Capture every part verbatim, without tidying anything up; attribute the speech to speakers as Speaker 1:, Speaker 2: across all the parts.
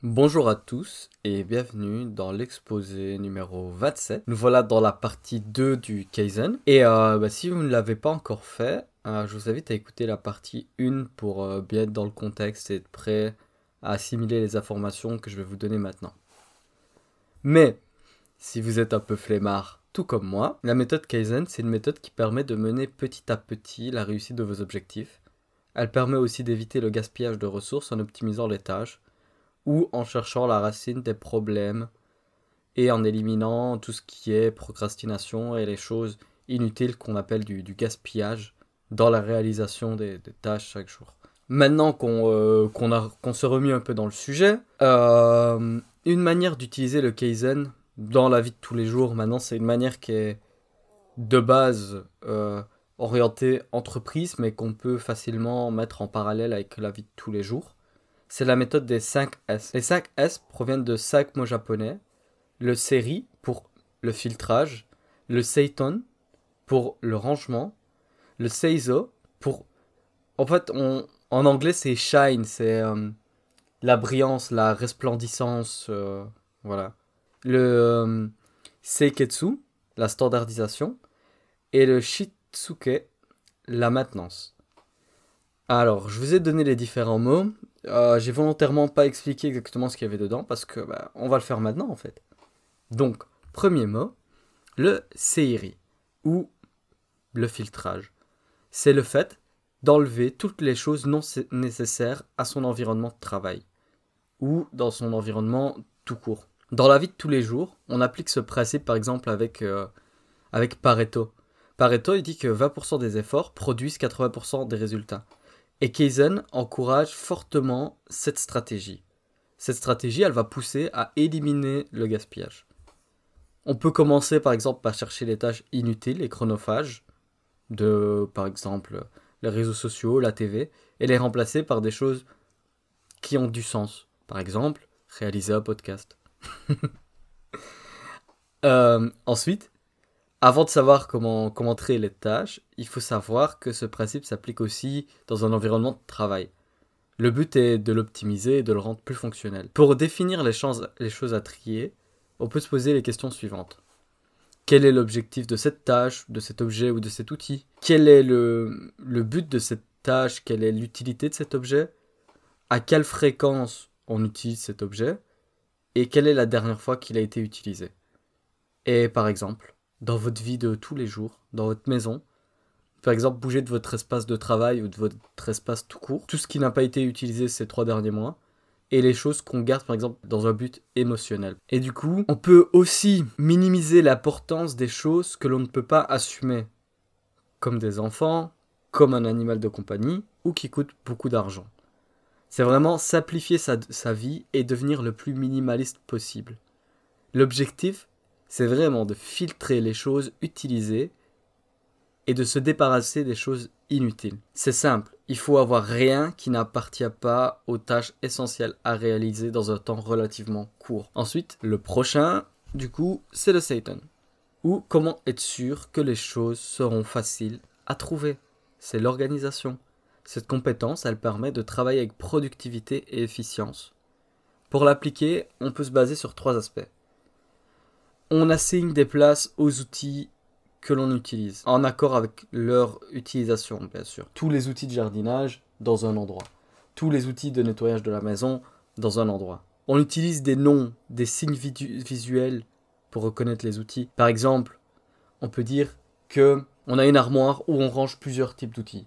Speaker 1: Bonjour à tous et bienvenue dans l'exposé numéro vingt-sept. Nous voilà dans la partie deux du Kaizen. Et euh, bah, si vous ne l'avez pas encore fait, euh, je vous invite à écouter la partie un pour euh, bien être dans le contexte et être prêt à assimiler les informations que je vais vous donner maintenant. Mais si vous êtes un peu flemmard, tout comme moi, la méthode Kaizen, c'est une méthode qui permet de mener petit à petit la réussite de vos objectifs. Elle permet aussi d'éviter le gaspillage de ressources en optimisant les tâches ou en cherchant la racine des problèmes et en éliminant tout ce qui est procrastination et les choses inutiles qu'on appelle du, du gaspillage dans la réalisation des, des tâches chaque jour. Maintenant qu'on euh, qu'on a, qu'on s'est remis un peu dans le sujet, euh, une manière d'utiliser le Kaizen dans la vie de tous les jours, maintenant c'est une manière qui est de base euh, orientée entreprise, mais qu'on peut facilement mettre en parallèle avec la vie de tous les jours. C'est la méthode des cinq S. Les cinq S proviennent de cinq mots japonais. Le seri pour le filtrage, le seiton pour le rangement, le seizo pour... En fait, on... en anglais, c'est shine, c'est euh, la brillance, la resplendissance, euh, voilà. Le euh, seiketsu, la standardisation, et le shitsuke, la maintenance. Alors, je vous ai donné les différents mots. Euh, j'ai volontairement pas expliqué exactement ce qu'il y avait dedans parce que bah, on va le faire maintenant en fait. Donc, premier mot, le seiri ou le filtrage. C'est le fait d'enlever toutes les choses non nécessaires à son environnement de travail ou dans son environnement tout court. Dans la vie de tous les jours, on applique ce principe par exemple avec, euh, avec Pareto. Pareto, il dit que vingt pour cent des efforts produisent quatre-vingts pour cent des résultats. Et Kaizen encourage fortement cette stratégie. Cette stratégie, elle va pousser à éliminer le gaspillage. On peut commencer par exemple par chercher les tâches inutiles et chronophages, de par exemple les réseaux sociaux, la T V, et les remplacer par des choses qui ont du sens. Par exemple, réaliser un podcast. euh, ensuite, avant de savoir comment, comment créer les tâches, il faut savoir que ce principe s'applique aussi dans un environnement de travail. Le but est de l'optimiser et de le rendre plus fonctionnel. Pour définir les, choses, les choses à trier, on peut se poser les questions suivantes. Quel est l'objectif de cette tâche, de cet objet ou de cet outil? Quel est le, le but de cette tâche? Quelle est l'utilité de cet objet? À quelle fréquence on utilise cet objet? Et quelle est la dernière fois qu'il a été utilisé? Et par exemple, dans votre vie de tous les jours, dans votre maison, par exemple, bouger de votre espace de travail ou de votre espace tout court, tout ce qui n'a pas été utilisé ces trois derniers mois, et les choses qu'on garde par exemple dans un but émotionnel. Et du coup, on peut aussi minimiser l'importance des choses que l'on ne peut pas assumer, comme des enfants, comme un animal de compagnie, ou qui coûtent beaucoup d'argent. C'est vraiment simplifier sa, sa vie et devenir le plus minimaliste possible. L'objectif, c'est vraiment de filtrer les choses utilisées et de se débarrasser des choses inutiles. C'est simple, il faut avoir rien qui n'appartient pas aux tâches essentielles à réaliser dans un temps relativement court. Ensuite, le prochain, du coup, c'est le seiton. Ou comment être sûr que les choses seront faciles à trouver. C'est l'organisation. Cette compétence, elle permet de travailler avec productivité et efficience. Pour l'appliquer, on peut se baser sur trois aspects. On assigne des places aux outils que l'on utilise, en accord avec leur utilisation, bien sûr. Tous les outils de jardinage dans un endroit. Tous les outils de nettoyage de la maison dans un endroit. On utilise des noms, des signes visu- visuels pour reconnaître les outils. Par exemple, on peut dire que on a une armoire où on range plusieurs types d'outils.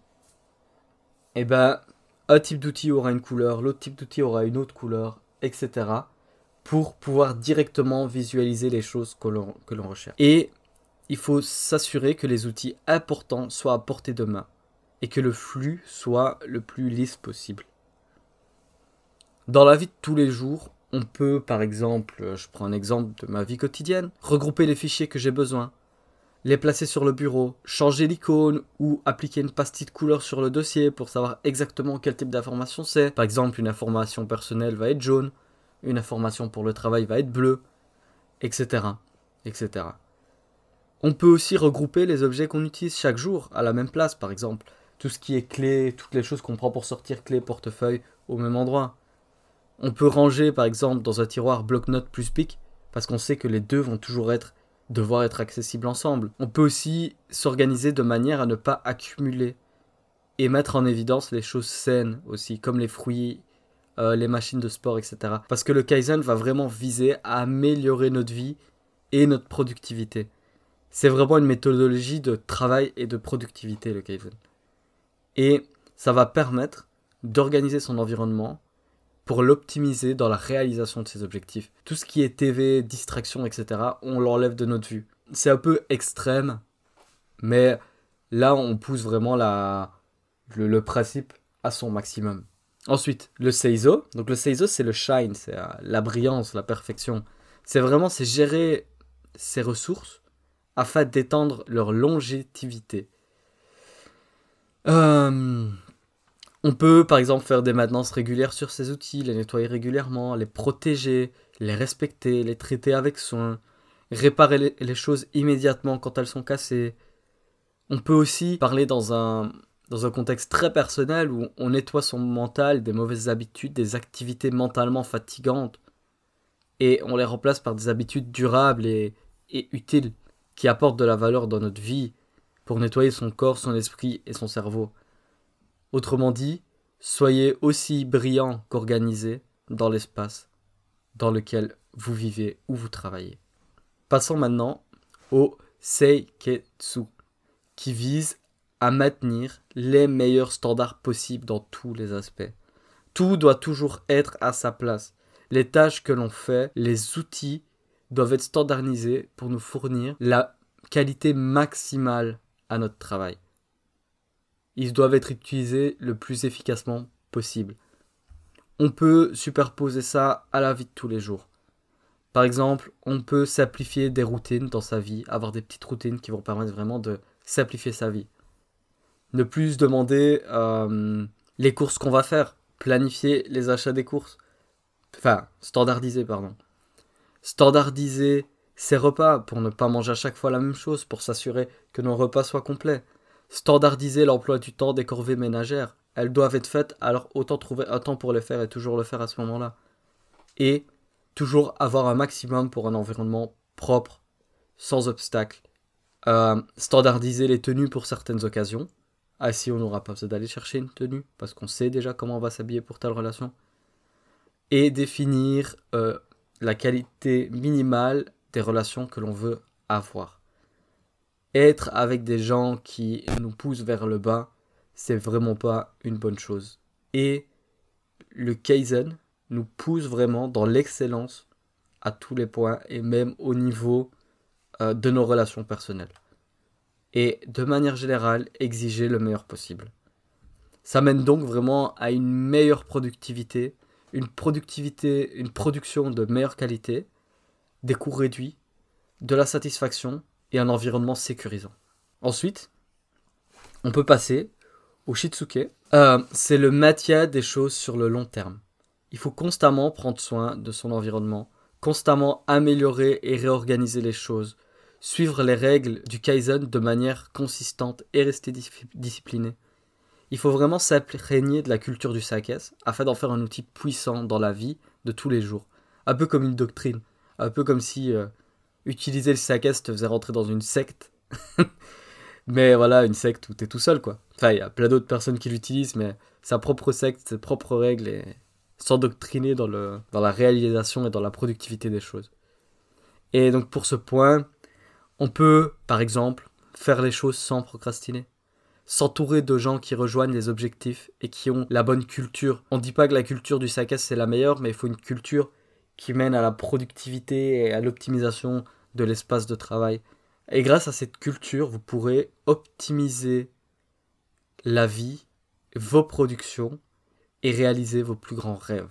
Speaker 1: Et ben, un type d'outil aura une couleur, l'autre type d'outil aura une autre couleur, et cetera. Pour pouvoir directement visualiser les choses que l'on, que l'on recherche. Et il faut s'assurer que les outils importants soient à portée de main et que le flux soit le plus lisse possible. Dans la vie de tous les jours, on peut, par exemple, je prends un exemple de ma vie quotidienne, regrouper les fichiers que j'ai besoin, les placer sur le bureau, changer l'icône ou appliquer une pastille de couleur sur le dossier pour savoir exactement quel type d'information c'est. Par exemple, une information personnelle va être jaune, une information pour le travail va être bleue, et cetera, et cetera. On peut aussi regrouper les objets qu'on utilise chaque jour à la même place, par exemple. Tout ce qui est clé, toutes les choses qu'on prend pour sortir, clé, portefeuille, au même endroit. On peut ranger par exemple dans un tiroir bloc-notes plus bic parce qu'on sait que les deux vont toujours être, devoir être accessibles ensemble. On peut aussi s'organiser de manière à ne pas accumuler et mettre en évidence les choses saines aussi, comme les fruits, euh, les machines de sport, et cetera. Parce que le Kaizen va vraiment viser à améliorer notre vie et notre productivité. C'est vraiment une méthodologie de travail et de productivité, le Kaizen. Et ça va permettre d'organiser son environnement pour l'optimiser dans la réalisation de ses objectifs. Tout ce qui est T V, distraction, et cetera, on l'enlève de notre vue. C'est un peu extrême, mais là, on pousse vraiment la, le, le principe à son maximum. Ensuite, le Seizo. Donc le Seizo, c'est le shine, c'est euh, la brillance, la perfection. C'est vraiment, c'est gérer ses ressources afin d'étendre leur longévité. Euh, on peut par exemple faire des maintenances régulières sur ces outils, les nettoyer régulièrement, les protéger, les respecter, les traiter avec soin, réparer les, les choses immédiatement quand elles sont cassées. On peut aussi parler dans un, dans un contexte très personnel où on nettoie son mental des mauvaises habitudes, des activités mentalement fatigantes, et on les remplace par des habitudes durables et, et utiles qui apportent de la valeur dans notre vie pour nettoyer son corps, son esprit et son cerveau. Autrement dit, soyez aussi brillant qu'organisé dans l'espace dans lequel vous vivez ou vous travaillez. Passons maintenant au Seiketsu, qui vise à maintenir les meilleurs standards possibles dans tous les aspects. Tout doit toujours être à sa place. Les tâches que l'on fait, les outils doivent être standardisés pour nous fournir la qualité maximale à notre travail. Ils doivent être utilisés le plus efficacement possible. On peut superposer ça à la vie de tous les jours. Par exemple, on peut simplifier des routines dans sa vie, avoir des petites routines qui vont permettre vraiment de simplifier sa vie. Ne plus demander euh, les courses qu'on va faire, planifier les achats des courses. Enfin, standardiser, pardon. Standardiser ses repas pour ne pas manger à chaque fois la même chose, pour s'assurer que nos repas soient complets. Standardiser l'emploi du temps des corvées ménagères. Elles doivent être faites, alors autant trouver un temps pour les faire et toujours le faire à ce moment-là. Et toujours avoir un maximum pour un environnement propre, sans obstacle. Euh, standardiser les tenues pour certaines occasions. Ah, si on n'aura pas besoin d'aller chercher une tenue, parce qu'on sait déjà comment on va s'habiller pour telle relation. Et définir euh, la qualité minimale des relations que l'on veut avoir. Être avec des gens qui nous poussent vers le bas, c'est vraiment pas une bonne chose. Et le Kaizen nous pousse vraiment dans l'excellence à tous les points et même au niveau euh, de nos relations personnelles. Et de manière générale, exiger le meilleur possible. Ça mène donc vraiment à une meilleure productivité, une productivité, une production de meilleure qualité, des coûts réduits, de la satisfaction et un environnement sécurisant. Ensuite, on peut passer au Shitsuke. Euh, c'est le maintien des choses sur le long terme. Il faut constamment prendre soin de son environnement, constamment améliorer et réorganiser les choses, suivre les règles du Kaizen de manière consistante et rester discipliné. Il faut vraiment s'imprégner de la culture du Sakes afin d'en faire un outil puissant dans la vie de tous les jours. Un peu comme une doctrine, un peu comme si euh, utiliser le Sakes te faisait rentrer dans une secte. Mais voilà, une secte où t'es tout seul, quoi. Enfin, il y a plein d'autres personnes qui l'utilisent, mais sa propre secte, ses propres règles, et s'endoctriner dans, le, dans la réalisation et dans la productivité des choses. Et donc pour ce point, on peut, par exemple, faire les choses sans procrastiner. S'entourer de gens qui rejoignent les objectifs et qui ont la bonne culture. On ne dit pas que la culture du Sakes c'est la meilleure, mais il faut une culture qui mène à la productivité et à l'optimisation de l'espace de travail. Et grâce à cette culture, vous pourrez optimiser la vie, vos productions et réaliser vos plus grands rêves.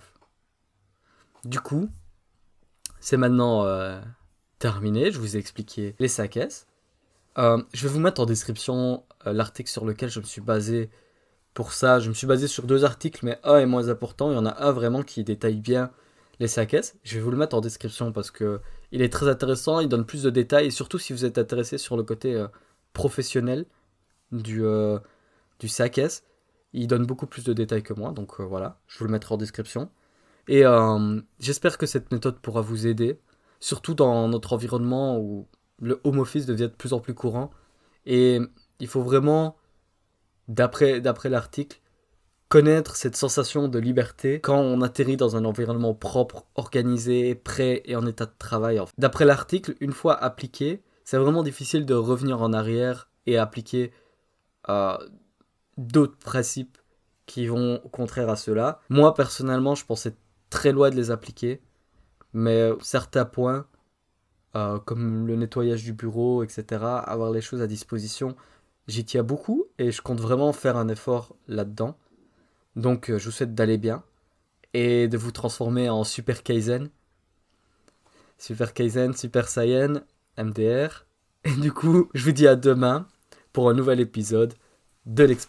Speaker 1: Du coup, c'est maintenant euh, terminé. Je vous ai expliqué les Sakes. Euh, je vais vous mettre en description euh, l'article sur lequel je me suis basé pour ça. Je me suis basé sur deux articles, mais un est moins important. Il y en a un vraiment qui détaille bien les Sakes. Je vais vous le mettre en description parce que il est très intéressant, il donne plus de détails, et surtout si vous êtes intéressé sur le côté euh, professionnel du, euh, du Sakes, il donne beaucoup plus de détails que moi, donc euh, voilà, je vous le mettrai en description. Et euh, j'espère que cette méthode pourra vous aider, surtout dans notre environnement où le home office devient de plus en plus courant. Et il faut vraiment, d'après, d'après l'article, connaître cette sensation de liberté quand on atterrit dans un environnement propre, organisé, prêt et en état de travail. D'après l'article, une fois appliqué, c'est vraiment difficile de revenir en arrière et appliquer euh, d'autres principes qui vont au contraire à cela. Moi, personnellement, je pensais très loin de les appliquer, mais certains points, euh, comme le nettoyage du bureau, et cetera, avoir les choses à disposition, j'y tiens beaucoup et je compte vraiment faire un effort là-dedans. Donc, euh, je vous souhaite d'aller bien et de vous transformer en Super Kaizen. Super Kaizen, Super Saiyan, M D R. Et du coup, je vous dis à demain pour un nouvel épisode de l'expérience.